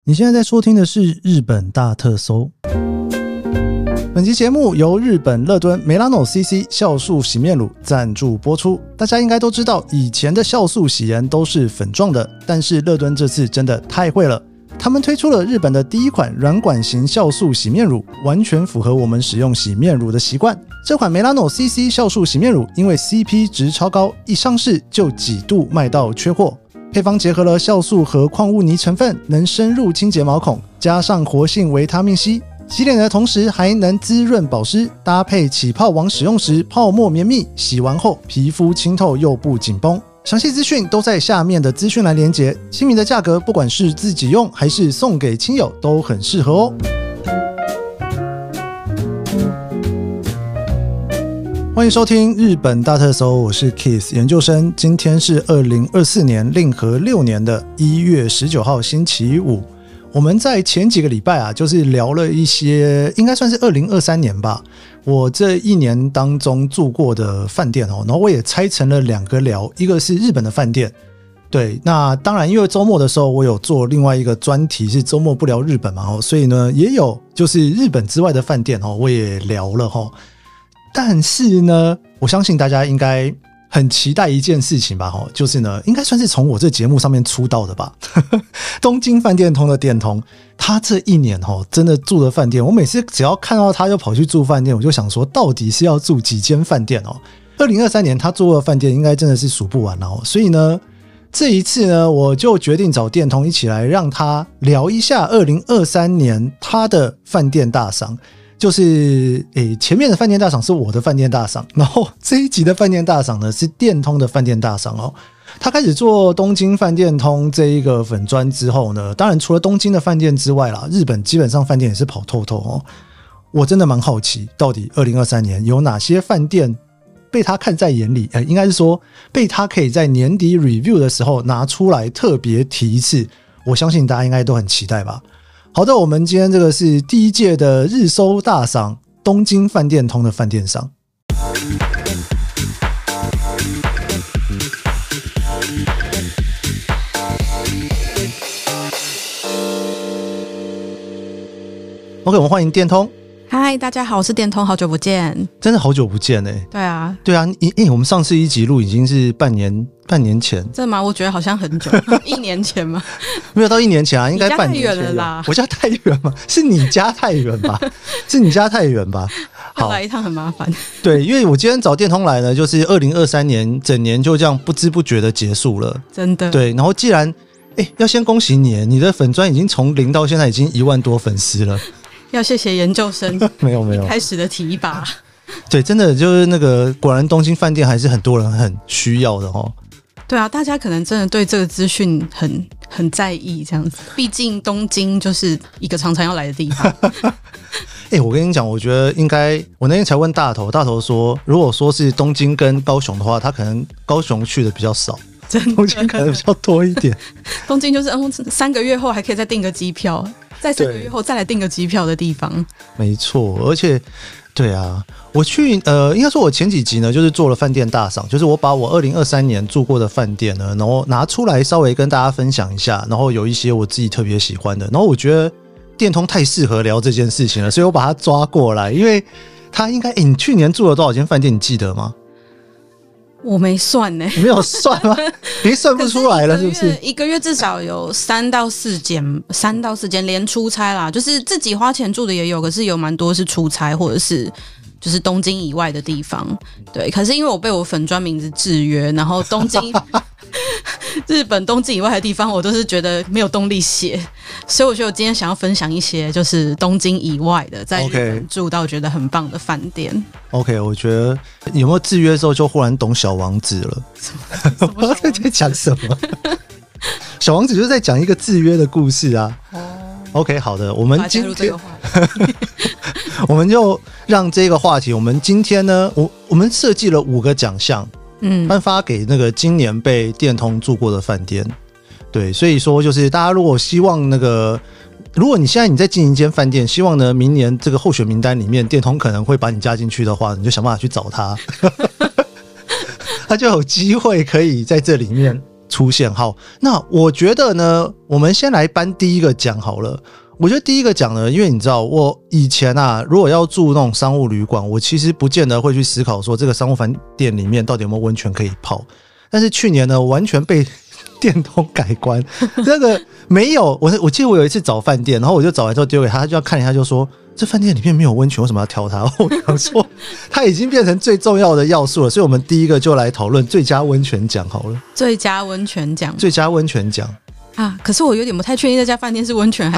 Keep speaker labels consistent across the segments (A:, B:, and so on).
A: 你现在在收听的是日本大特搜。本期节目由日本乐敦梅拉诺 CC 酵素洗面乳赞助播出。大家应该都知道，以前的酵素洗颜都是粉状的，但是乐敦这次真的太会了，他们推出了日本的第一款软管型酵素洗面乳，完全符合我们使用洗面乳的习惯。这款梅拉诺 CC 酵素洗面乳因为 CP 值超高，一上市就几度卖到缺货。配方结合了酵素和矿物泥成分，能深入清洁毛孔，加上活性维他命 C， 洗脸的同时还能滋润保湿，搭配起泡网使用时泡沫绵密，洗完后皮肤清透又不紧绷。详细资讯都在下面的资讯栏连结，亲民的价格，不管是自己用还是送给亲友都很适合哦。欢迎收听日本大特搜，我是 Kiss 研究生。今天是2024年令和6年的1月19号星期五。我们在前几个礼拜就是聊了一些应该算是2023年吧，我这一年当中住过的饭店，然后我也拆成了2个聊，一个是日本的饭店。对，那当然因为周末的时候我有做另外一个专题是周末不聊日本嘛，所以呢也有就是日本之外的饭店我也聊了。但是呢，我相信大家应该很期待一件事情吧，就是呢，应该算是从我这节目上面出道的吧。东京饭店通的店通，他这一年真的住的饭店，我每次只要看到他就跑去住饭店，我就想说，到底是要住几间饭店2023年他住的饭店应该真的是数不完了所以呢，这一次呢，我就决定找店通一起来让他聊一下2023年他的饭店大赏。就是前面的饭店大赏是我的饭店大赏，然后这一集的饭店大赏呢是店通的饭店大赏他开始做东京饭店通这一个粉专之后呢，当然除了东京的饭店之外啦，日本基本上饭店也是跑透透我真的蛮好奇，到底2023年有哪些饭店被他看在眼里，应该是说被他可以在年底 review 的时候拿出来特别提一次，我相信大家应该都很期待吧。好的，我们今天这个是第一届的日搜大赏，东京饭店通的饭店赏。OK， 我们欢迎店通。
B: 嗨，大家好，我是店通，好久不见，
A: 真的好久不见
B: 对啊，
A: 我们上次一集录已经是半年前。
B: 真的吗？我觉得好像很久1年前吗？
A: 没有到1年前应该半年前。
B: 你家太远了啦。
A: 我家太远吗？是你家太远吧？是你家太远吧？
B: 好，来一趟很麻烦。
A: 对，因为我今天找店通来呢，就是2023年整年就这样不知不觉的结束了，
B: 真的。
A: 对，然后既然要先恭喜你的粉专已经从0到现在已经1万多粉丝了。
B: 要谢谢研究生
A: 没有
B: 一开始的提拔。
A: 对，真的就是那个果然东京饭店还是很多人很需要的
B: 对啊，大家可能真的对这个资讯很在意这样子，毕竟东京就是一个常常要来的地方。
A: 我跟你讲，我觉得应该，我那天才问大头说，如果说是东京跟高雄的话，他可能高雄去的比较少，东京可能比较多一点。
B: 东京就是3个月后还可以再订个机票，在3个月后再来订个机票的地方。没
A: 错，而且对啊，我去应该说我前几集呢就是做了饭店大赏，就是我把我2023年住过的饭店呢，然后拿出来稍微跟大家分享一下，然后有一些我自己特别喜欢的，然后我觉得店通太适合聊这件事情了，所以我把他抓过来，因为他应该你去年住了多少间饭店你记得吗？
B: 我没算呢。
A: 你没有算吗？你算不出来了是不是？
B: 一个月至少有3到4间，连出差啦，就是自己花钱住的也有，可是有蛮多是出差或者是就是东京以外的地方。对，可是因为我被我粉专名字制约，然后东京日本东京以外的地方我都是觉得没有动力写，所以我觉得我今天想要分享一些就是东京以外的在日本住到觉得很棒的饭店。OK，
A: 我觉得有没有制约之后就忽然懂小王子了。我不知道在讲什么。小王子就是在讲一个制约的故事啊。OK， 好的，我们今天我们就让这个话题，我们今天呢，我们设计了5个奖项。颁发给那个今年被店通住过的饭店。对，所以说就是大家如果希望那个，如果你现在在经营一间饭店，希望呢明年这个候选名单里面店通可能会把你加进去的话，你就想办法去找他。他就有机会可以在这里面出现。好，那我觉得呢，我们先来颁第一个奖好了。我觉得第一个奖呢，因为你知道我以前啊，如果要住那种商务旅馆，我其实不见得会去思考说这个商务饭店里面到底有没有温泉可以泡。但是去年呢，完全被电通改观，这个没有。我记得我有一次找饭店，然后我就找完之后丢给他，他就要看一下，就说这饭店里面没有温泉，为什么要挑它？我想说，它已经变成最重要的要素了。所以我们第一个就来讨论最佳温泉奖好了。
B: 最佳温泉奖，
A: 最佳温泉奖。
B: 啊，可是我有点不太确定这家饭店是温泉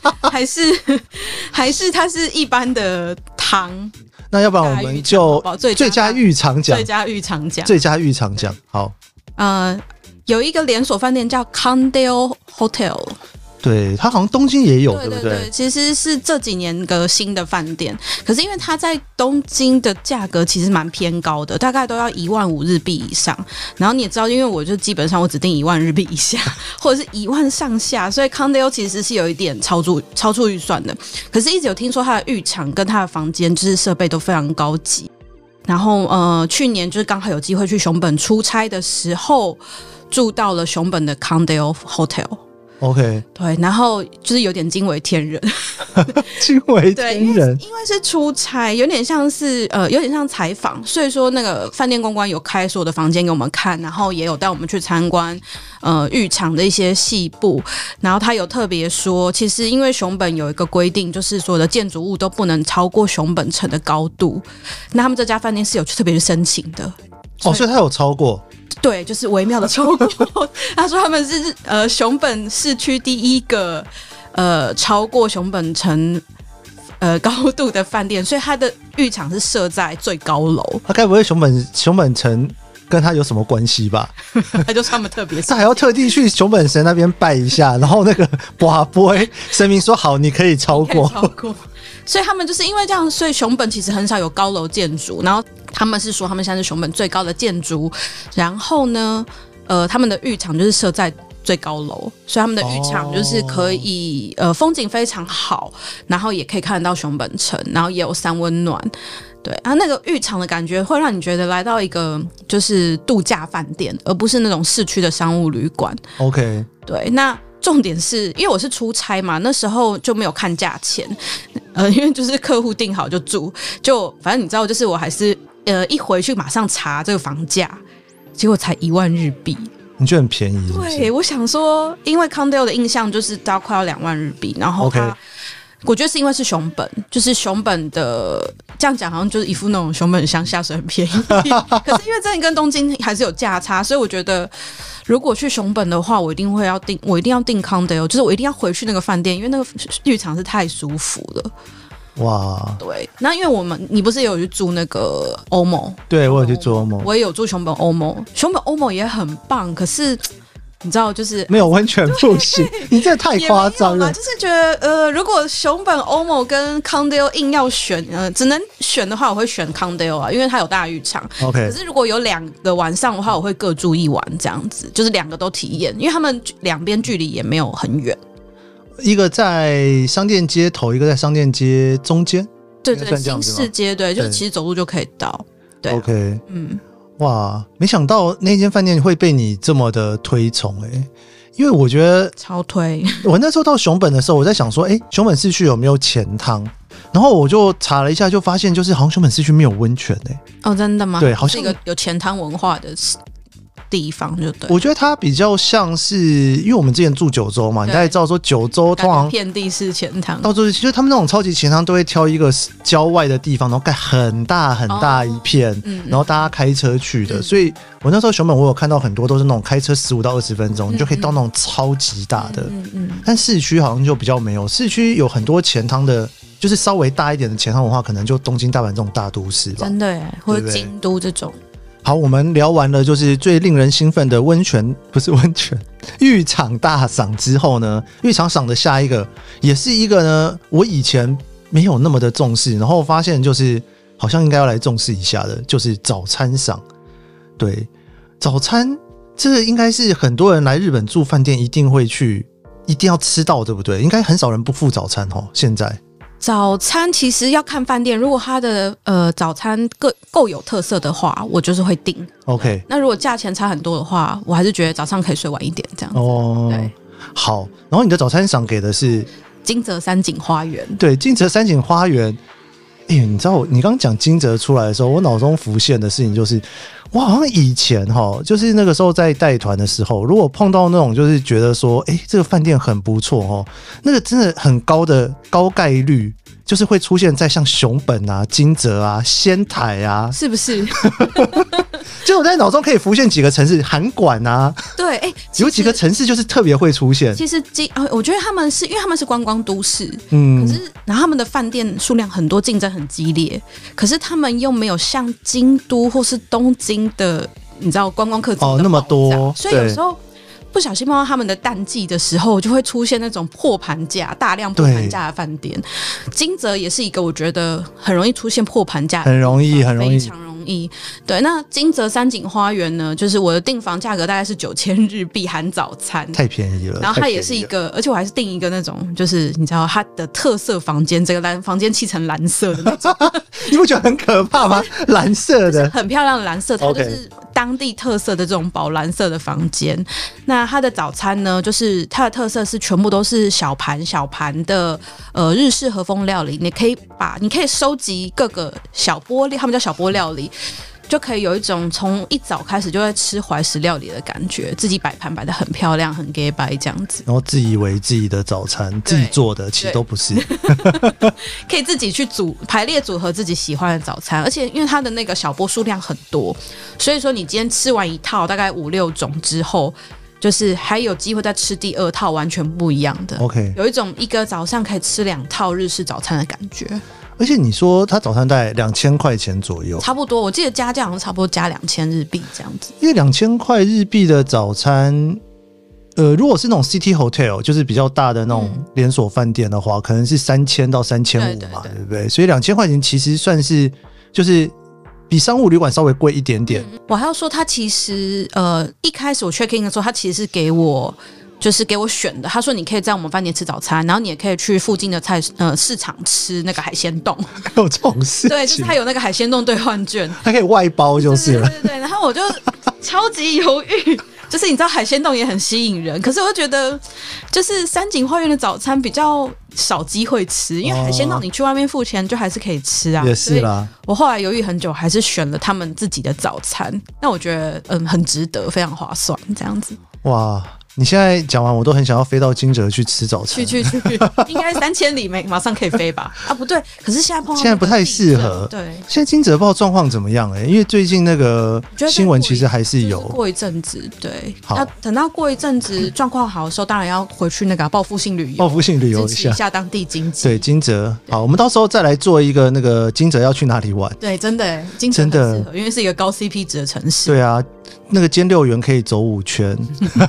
B: 还是它是一般的汤。
A: 那要不然我们就最佳浴场奖，
B: 最佳浴场奖，
A: 最佳浴场奖。好，
B: 有一个连锁饭店叫 Condell Hotel。
A: 对，它好像东京也有，对不对？
B: 其实是这几年个新的饭店，可是因为它在东京的价格其实蛮偏高的，大概都要15000日币以上。然后你也知道，因为我就基本上我只订10000日币以下，或者是10000上下，所以 Condell 其实是有一点超出预算的。可是一直有听说它的浴场跟它的房间就是设备都非常高级。然后去年就是刚好有机会去熊本出差的时候，住到了熊本的 Condell Hotel。OK， 对，然后就是有点惊为天人，
A: 惊为天人，
B: 因为是出差，有点像采访，所以说那个饭店公关有开所有的房间给我们看，然后也有带我们去参观浴场的一些细部，然后他有特别说，其实因为熊本有一个规定，就是所有的建筑物都不能超过熊本城的高度，那他们这家饭店是有特别去申请的。
A: 所以他有超过。
B: 对，就是微妙的超过。他说他们是熊本市区第一个超过熊本城高度的饭店，所以它的浴场是设在最高楼。
A: 他该不会熊本城跟他有什么关系吧？
B: 他就是他们特别，
A: 他还要特地去熊本神那边拜一下，然后那个跋杯神明说好，你可以超过。
B: 所以他们就是因为这样，所以熊本其实很少有高楼建筑，然后他们是说他们现在是熊本最高的建筑，然后呢他们的浴场就是设在最高楼，所以他们的浴场就是可以风景非常好，然后也可以看得到熊本城，然后也有三温暖。对啊，那个浴场的感觉会让你觉得来到一个就是度假饭店，而不是那种市区的商务旅馆。
A: OK，
B: 对，那重点是因为我是出差嘛，那时候就没有看价钱，因为就是客户订好就住，就反正你知道，就是我还是一回去马上查这个房价，结果才10000日币。
A: 你觉得很便宜是不是？
B: 对，我想说，因为 Condell 的印象就是大概快要20000日币，然后它。Okay.我觉得是因为是熊本，就是熊本的这样讲好像就是一副那种熊本乡下水很便宜，可是因为真的跟东京还是有价差，所以我觉得如果去熊本的话，我一定要订 Condell， 就是我一定要回去那个饭店，因为那个浴场是太舒服了。哇，对，那因为你不是也有去住那个欧盟？
A: 对，我有去住欧盟，
B: 我也有住熊本欧盟，熊本欧盟也很棒，可是。你知道，就是
A: 没有温泉不行，你这太夸张了。
B: 就是觉得，如果熊本欧盟跟 Condell 硬要选，只能选的话，我会选 Condell 啊，因为它有大浴场。
A: OK，
B: 可是如果有2个晚上的话，我会各住1晚这样子，就是2个都体验，因为他们两边距离也没有很远，
A: 一个在商店街头，一个在商店街中间。
B: 对对，新市街，对，就是其实走路就可以到。对、啊、
A: ，OK， 哇，没想到那间饭店会被你这么的推崇因为我觉得
B: 超推。
A: 我那时候到熊本的时候，我在想说，熊本市区有没有钱汤？然后我就查了一下，就发现就是好像熊本市区没有温泉
B: 哦，真的吗？
A: 对，好像
B: 是一个有钱汤文化的地方就对。
A: 我觉得它比较像是，因为我们之前住九州嘛，你大概知道说九州通常
B: 遍地是钱汤，
A: 到处就是他们那种超级钱汤都会挑一个郊外的地方，然后盖很大很大一片，然后大家开车去的。所以我那时候熊本我有看到很多都是那种开车15到20分钟，你就可以到那种超级大的。但市区好像就比较没有，市区有很多钱汤的。就是稍微大一点的钱汤文化，可能就东京、大阪这种大都市吧，
B: 真的耶，或者京都这种。
A: 好，我们聊完了就是最令人兴奋的温泉，不是温泉，浴场大赏之后呢，浴场赏的下一个也是一个呢，我以前没有那么的重视，然后发现就是好像应该要来重视一下的，就是早餐赏。对，早餐这应该是很多人来日本住饭店一定会去，一定要吃到，对不对？应该很少人不付早餐哦，现在。
B: 早餐其实要看饭店，如果它的早餐够有特色的话，我就是会订。
A: OK，
B: 那如果价钱差很多的话，我还是觉得早上可以睡晚一点这样子。对，
A: 好。然后你的早餐赏给的是
B: 金泽三景花园。
A: 对，金泽三景花园。你知道你刚刚讲金泽出来的时候，我脑中浮现的事情就是，我好像以前就是那个时候在带团的时候，如果碰到那种就是觉得说，这个饭店很不错那个真的很高概率，就是会出现在像熊本啊、金泽啊、仙台啊，
B: 是不是？
A: 就我在脑中可以浮现几个城市，函馆啊，
B: 对，
A: 有几个城市就是特别会出现。
B: 其实我觉得他们是因为他们是观光都市，可是然后他们的饭店数量很多，竞争很激烈，可是他们又没有像京都或是东京的，你知道观光客
A: 那么多，
B: 所以有时候不小心碰到他们的淡季的时候，就会出现那种破盘价、大量破盘价的饭店。金泽也是一个我觉得很容易出现破盘价的，
A: 很容易，
B: 非常容易。对，那金泽三景花园呢，就是我的订房价格大概是9000日币含早餐，
A: 太便宜了。
B: 然后它也是一个，而且我还是订一个那种，就是你知道它的特色房间，这个房间漆成蓝色的那种，
A: 你不觉得很可怕吗？蓝色的，
B: 很漂亮的蓝色，它就是当地特色的这种宝蓝色的房间。那它的早餐呢，就是它的特色是全部都是小盘的日式和风料理，你可以收集各个小玻璃，他们叫小玻料理。就可以有一种从一早开始就在吃怀石料理的感觉，自己摆盘摆得很漂亮，很 gay 白这样子，
A: 然后自以为自己的早餐自己做的，其实都不是，
B: 可以自己去排列组合自己喜欢的早餐，而且因为它的那个小波数量很多，所以说你今天吃完一套大概5-6种之后，就是还有机会再吃第二套完全不一样的。
A: OK，
B: 有一种一个早上可以吃2套日式早餐的感觉。
A: 而且你说他早餐大概2000块钱左右，
B: 差不多，我记得加价好像差不多加2000日币这样子。因
A: 为2000块日币的早餐，如果是那种 City Hotel， 就是比较大的那种连锁饭店的话，可能是3000到3500嘛，对不对？所以2000块钱其实算是就是比商务旅馆稍微贵一点点。
B: 我还要说，他其实一开始我 check in 的时候，他其实是给我选的。他说你可以在我们饭店吃早餐，然后你也可以去附近的市场吃那个海鲜冻。
A: 还有这种事情？
B: 对，就是他有那个海鲜冻兑换券，
A: 他可以外包就是了。
B: 对，然后我就超级犹豫，就是你知道海鲜冻也很吸引人，可是我就觉得就是三井花园的早餐比较少机会吃，因为海鲜冻你去外面付钱就还是可以吃啊。
A: 也是啦。
B: 我后来犹豫很久，还是选了他们自己的早餐。那我觉得很值得，非常划算，这样子。
A: 哇！你现在讲完，我都很想要飞到金泽去吃早餐。
B: 去，应该3000里马上可以飞吧？啊，不对，可是现在
A: 不太适合。
B: 对，
A: 现在金泽不知道状况怎么样因为最近那个新闻其实还是有。
B: 过一阵子，对，要等到过一阵子状况好的时候，当然要回去那个报复性旅游一下当地经济。
A: 对，金泽好，我们到时候再来做一个那个金泽要去哪里玩。
B: 对，真的，金泽很适合，因为是一个高 CP 值的城市。
A: 对啊，那个兼六园可以走5圈。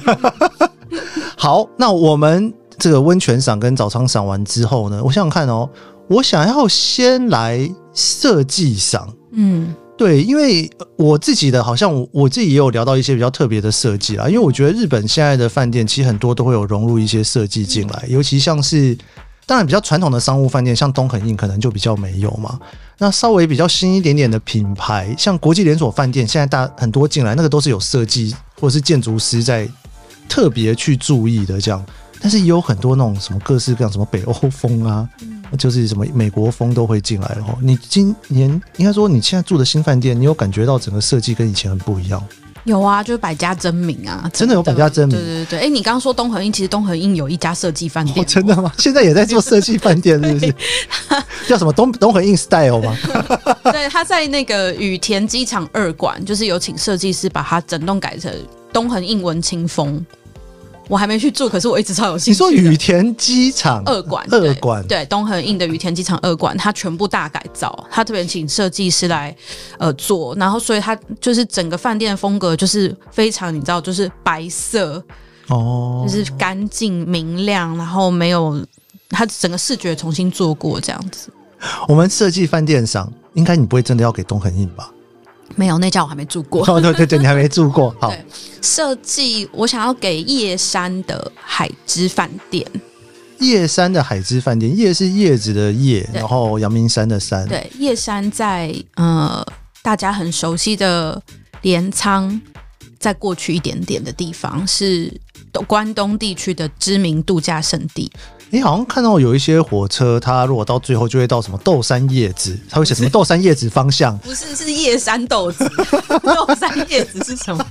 A: 好，那我们这个温泉赏跟早餐赏完之后呢，我想想看我想要先来设计赏。对，因为我自己的好像我自己也有聊到一些比较特别的设计啦，因为我觉得日本现在的饭店其实很多都会有融入一些设计进来，尤其像是当然比较传统的商务饭店，像东横印可能就比较没有嘛。那稍微比较新一点点的品牌，像国际连锁饭店，现在很多进来那个都是有设计或者是建筑师在特别去注意的这样，但是也有很多那种什么各式各样什么北欧风啊，就是什么美国风都会进来了。你今年应该说你现在住的新饭店，你有感觉到整个设计跟以前很不一样？
B: 有啊，就是百家争鸣啊，
A: 真的有百家争鸣。
B: 对，你刚刚说东横印，其实东横印有一家设计饭店。
A: 真的吗？现在也在做设计饭店是不是？叫什么东横印 style 吗？
B: 对，他在那个羽田机场2馆，就是有请设计师把它整栋改成东横印文青风。我还没去住，可是我一直超有兴趣。
A: 你说羽田机场
B: 2馆，对，东横印的羽田机场2馆，它全部大改造，它特别请设计师来做，然后所以它就是整个饭店的风格就是非常你知道，就是白色就是干净明亮，然后没有它整个视觉重新做过这样子。
A: 我们设计饭店上，应该你不会真的要给东横印吧？
B: 没有，那家我还没住过。
A: 对，你还没住过。好，
B: 设计我想要给叶山的海之饭店。
A: 叶山的海之饭店，叶是叶子的叶，然后阳明山的山。
B: 对，叶山在大家很熟悉的镰仓，在过去一点点的地方，是关东地区的知名度假胜地。
A: 你好像看到有一些火车，它如果到最后就会到什么豆山叶子，它会写什么豆山叶子方向？
B: 不是，是叶山豆子。豆山叶子是什么？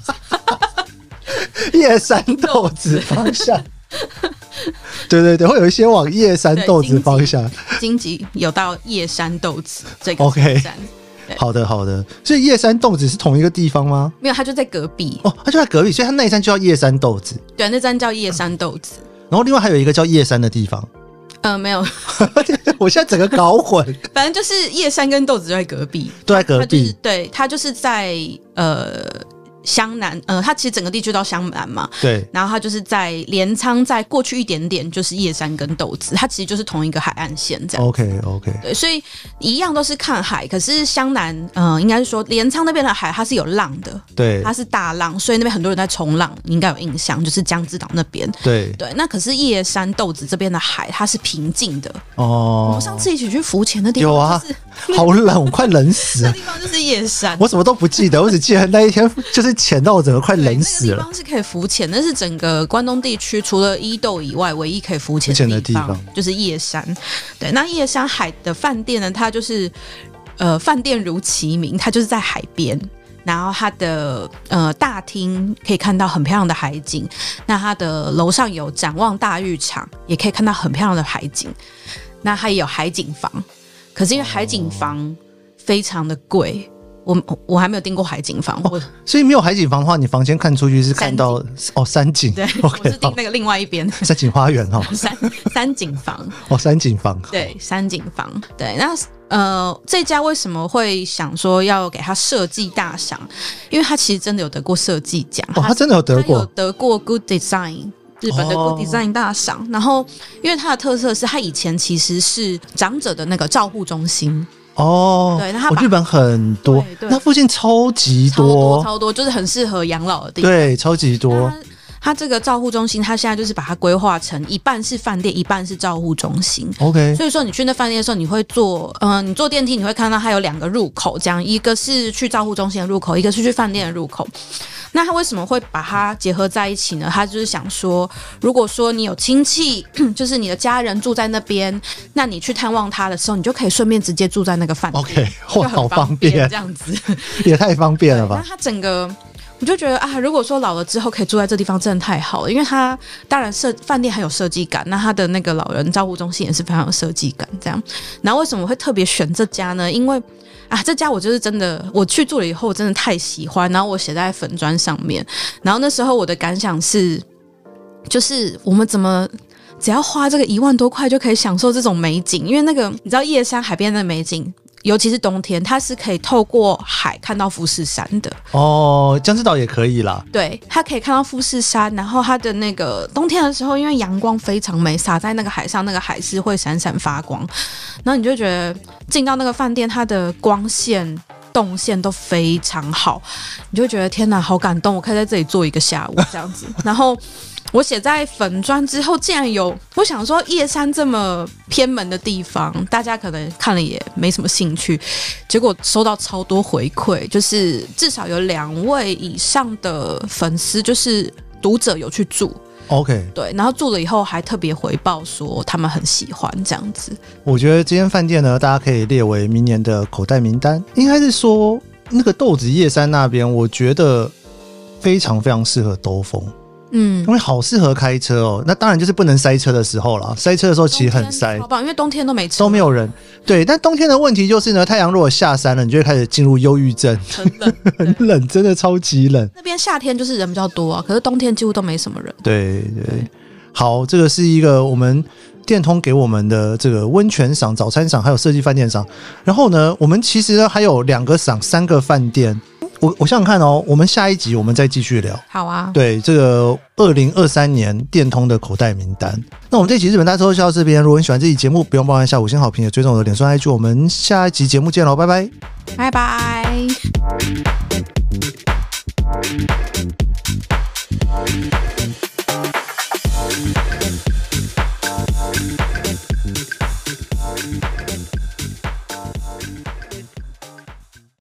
A: 叶山豆子方向。对对对，会有一些往叶山豆子方向。
B: 荆棘有到叶山豆子这个
A: OK。
B: 站。
A: 好的好的，所以叶山豆子是同一个地方吗？
B: 没有，它就在隔壁。
A: 哦，它就在隔壁，所以它那一站就叫叶山豆子。
B: 对，那站叫叶山豆子。
A: 然后另外还有一个叫叶山的地方。
B: 没有。
A: 我现在整个搞混。
B: 反正就是叶山跟豆子就在隔壁。
A: 都在隔壁。
B: 对，它就是在湘南，它其实整个地区到湘南嘛，
A: 对。
B: 然后它就是在镰仓，在过去一点点就是叶山跟豆子，它其实就是同一个海岸线这样。
A: OK。
B: 对，所以一样都是看海，可是湘南，应该是说镰仓那边的海它是有浪的，
A: 对，
B: 它是大浪，所以那边很多人在冲浪，你应该有印象，就是江之岛那边。
A: 对。
B: 那可是叶山豆子这边的海它是平静的。
A: 哦。
B: 我们上次一起去浮潜的地方，
A: 有啊，好冷，我快冷死了。
B: 那地方就是叶山，
A: 我什么都不记得，我只记得那一天就是潜到我整个快冷死了。
B: 那个地方是可以浮潜，那是整个关东地区除了伊豆以外唯一可以浮潜的地方，就是叶山。对，那叶山海的饭店呢，它就是饭店如其名，它就是在海边。然后它的大厅可以看到很漂亮的海景，那它的楼上有展望大浴场，也可以看到很漂亮的海景。那它也有海景房，可是因为海景房非常的贵。我还没有订过海景房。
A: 所以没有海景房的话，你房间看出去是看到山景。
B: 对。
A: Okay，
B: 我是订那个另外一边
A: 山景花园。
B: 山景房。
A: 山景房。
B: 对，山景房。对，那这家为什么会想说要给他设计大赏？因为他其实真的有得过设计奖。
A: 他真的有得过，
B: 他有得过 Good Design。日本的 Good Design 大赏。然后因为它的特色是它以前其实是长者的那个照护中心。对，那
A: 日本很多，那附近超级多，
B: 超多，就是很适合养老的地方。
A: 对，超级多。
B: 它这个照护中心，它现在就是把它规划成一半是饭店，一半是照护中心。
A: OK，
B: 所以说你去那饭店的时候，你会你坐电梯，你会看到它有2个入口，这样一个是去照护中心的入口，一个是去饭店的入口。那他为什么会把它结合在一起呢？他就是想说，如果说你有亲戚，就是你的家人住在那边，那你去探望他的时候，你就可以顺便直接住在那个饭店。
A: OK，
B: 哇，好方便，这样子
A: 也太方便了吧？
B: 那他整个。我就觉得啊，如果说老了之后可以住在这地方，真的太好了。因为它当然饭店很有设计感，那它的那个老人照护中心也是非常有设计感。这样，然后为什么会特别选这家呢？因为这家我就是真的，我去住了以后，我真的太喜欢。然后我写在粉专上面，然后那时候我的感想是，就是我们怎么只要花这个1万多块就可以享受这种美景？因为那个你知道叶山海边的美景。尤其是冬天，它是可以透过海看到富士山的。
A: 江之岛也可以啦。
B: 对，它可以看到富士山，然后它的那个冬天的时候，因为阳光非常美，洒在那个海上，那个海是会闪闪发光。然后你就觉得进到那个饭店，它的光线、动线都非常好，你就觉得天哪，好感动！我可以在这里坐1个下午这样子。然后。我写在粉专之后，竟然有我想说叶山这么偏门的地方，大家可能看了也没什么兴趣，结果收到超多回馈，就是至少有2位以上的粉丝，就是读者有去住。
A: OK，
B: 对，然后住了以后还特别回报说他们很喜欢这样子。
A: 我觉得这间饭店呢，大家可以列为明年的口袋名单。应该是说那个豆子叶山那边，我觉得非常非常适合兜风。因为好适合开车哦。那当然就是不能塞车的时候啦，塞车的时候其实很塞，
B: 因为冬天都没车，
A: 都没有人。对，但冬天的问题就是呢，太阳如果下山了，你就会开始进入忧郁症，
B: 很冷，
A: 很冷，真的超级冷。
B: 那边夏天就是人比较多啊，可是冬天几乎都没什么人。
A: 对对，好，这个是一个我们电通给我们的这个温泉赏、早餐赏，还有设计饭店赏。然后呢，我们其实呢还有2个赏、3个饭店。我想想看哦，我们下一集我们再继续聊。
B: 好啊。
A: 对，这个2023年电通的口袋名单。那我们这期日本大特效这边，如果你喜欢这期节目，不用帮我按下5星好评，也追踪我的脸书 IG。我们下一集节目见喽，拜拜，
B: 拜拜。